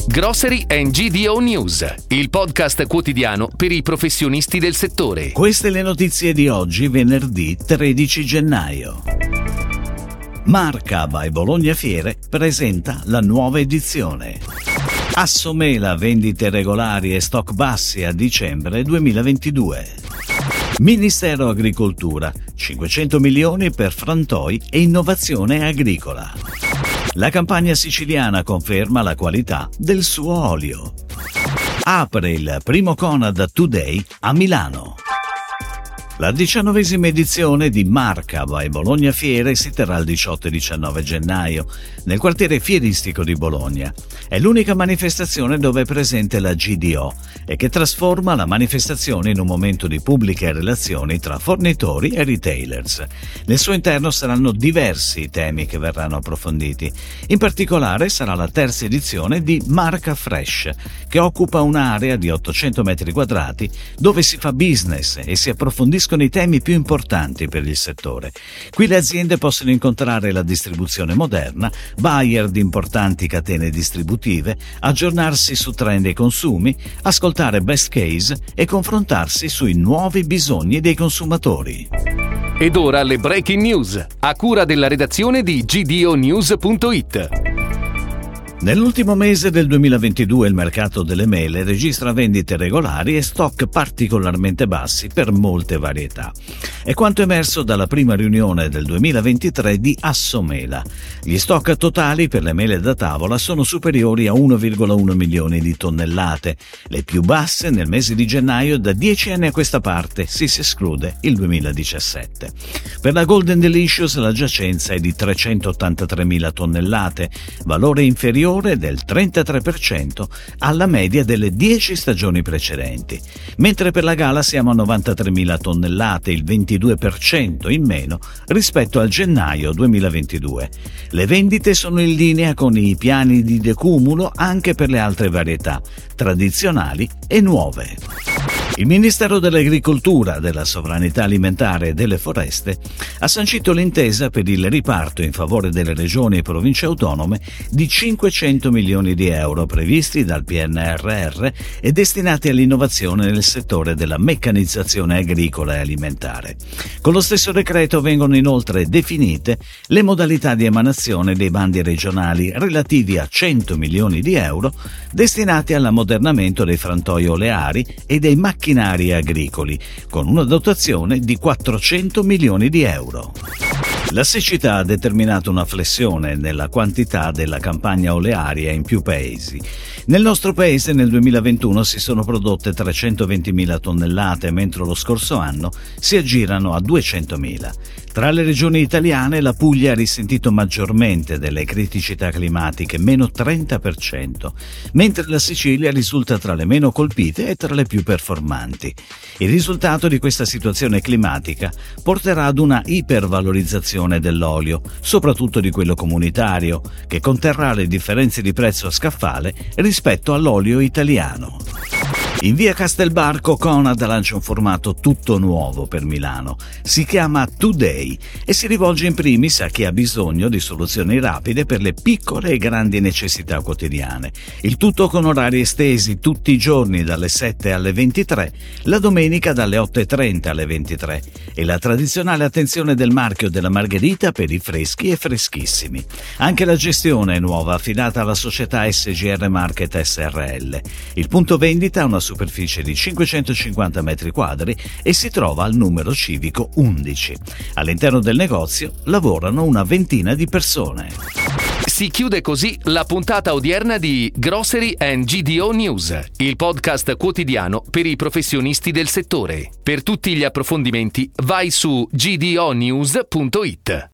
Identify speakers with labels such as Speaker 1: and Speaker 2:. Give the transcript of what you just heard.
Speaker 1: Grocery and GDO News, il podcast quotidiano per i professionisti del settore.
Speaker 2: Queste le notizie di oggi, venerdì 13 gennaio. Marca by Bologna Fiere presenta la nuova edizione. Assomela vendite regolari e stock bassi a dicembre 2022. Ministero Agricoltura, 500 milioni per frantoi e innovazione agricola. La campagna siciliana conferma la qualità del suo olio. Apre il primo Conad Today a Milano. La 19ª edizione di Marca by Bologna Fiere si terrà il 18 e 19 gennaio nel quartiere fieristico di Bologna. È l'unica manifestazione dove è presente la GDO e che trasforma la manifestazione in un momento di pubbliche relazioni tra fornitori e retailers. Nel suo interno saranno diversi i temi che verranno approfonditi. In particolare sarà la terza edizione di Marca Fresh, che occupa un'area di 800 metri quadrati dove si fa business e si approfondiscono i temi più importanti per il settore. Qui le aziende possono incontrare la distribuzione moderna, buyer di importanti catene distributive, aggiornarsi su trend e consumi, ascoltare best case e confrontarsi sui nuovi bisogni dei consumatori.
Speaker 1: Ed ora le breaking news, a cura della redazione di gdonews.it.
Speaker 2: Nell'ultimo mese del 2022 il mercato delle mele registra vendite regolari e stock particolarmente bassi per molte varietà. È quanto emerso dalla prima riunione del 2023 di Assomela. Gli stock totali per le mele da tavola sono superiori a 1,1 milioni di tonnellate, le più basse nel mese di gennaio da 10 anni a questa parte, se si esclude il 2017. Per la Golden Delicious la giacenza è di 383.000 tonnellate, valore inferiore del 33% alla media delle 10 stagioni precedenti, mentre per la Gala siamo a 93.000 tonnellate, il 22% in meno rispetto al gennaio 2022. Le vendite sono in linea con i piani di decumulo anche per le altre varietà, tradizionali e nuove. Il Ministero dell'Agricoltura, della Sovranità Alimentare e delle Foreste ha sancito l'intesa per il riparto in favore delle regioni e province autonome di 500 milioni di euro previsti dal PNRR e destinati all'innovazione nel settore della meccanizzazione agricola e alimentare. Con lo stesso decreto vengono inoltre definite le modalità di emanazione dei bandi regionali relativi a 100 milioni di euro destinati all'ammodernamento dei frantoi oleari e dei macchinari agricoli, con una dotazione di 400 milioni di euro. La siccità ha determinato una flessione nella quantità della campagna olearia in più paesi. Nel nostro paese nel 2021 si sono prodotte 320.000 tonnellate, mentre lo scorso anno si aggirano a 200.000. Tra le regioni italiane la Puglia ha risentito maggiormente delle criticità climatiche, meno 30%, mentre la Sicilia risulta tra le meno colpite e tra le più performanti. Il risultato di questa situazione climatica porterà ad una ipervalorizzazione dell'olio, soprattutto di quello comunitario, che conterrà le differenze di prezzo a scaffale rispetto all'olio italiano. In via Castelbarco Conad lancia un formato tutto nuovo per Milano. Si chiama Today e si rivolge in primis a chi ha bisogno di soluzioni rapide per le piccole e grandi necessità quotidiane. Il tutto con orari estesi tutti i giorni dalle 7 alle 23, la domenica dalle 8:30 alle 23 e la tradizionale attenzione del marchio della Margherita per i freschi e freschissimi. Anche la gestione è nuova, affidata alla società SGR Market SRL. Il punto vendita ha una superficie di 550 metri quadri e si trova al numero civico 11. All'interno del negozio lavorano una ventina di persone.
Speaker 1: Si chiude così la puntata odierna di Grocery and GDO News, il podcast quotidiano per i professionisti del settore. Per tutti gli approfondimenti vai su gdonews.it.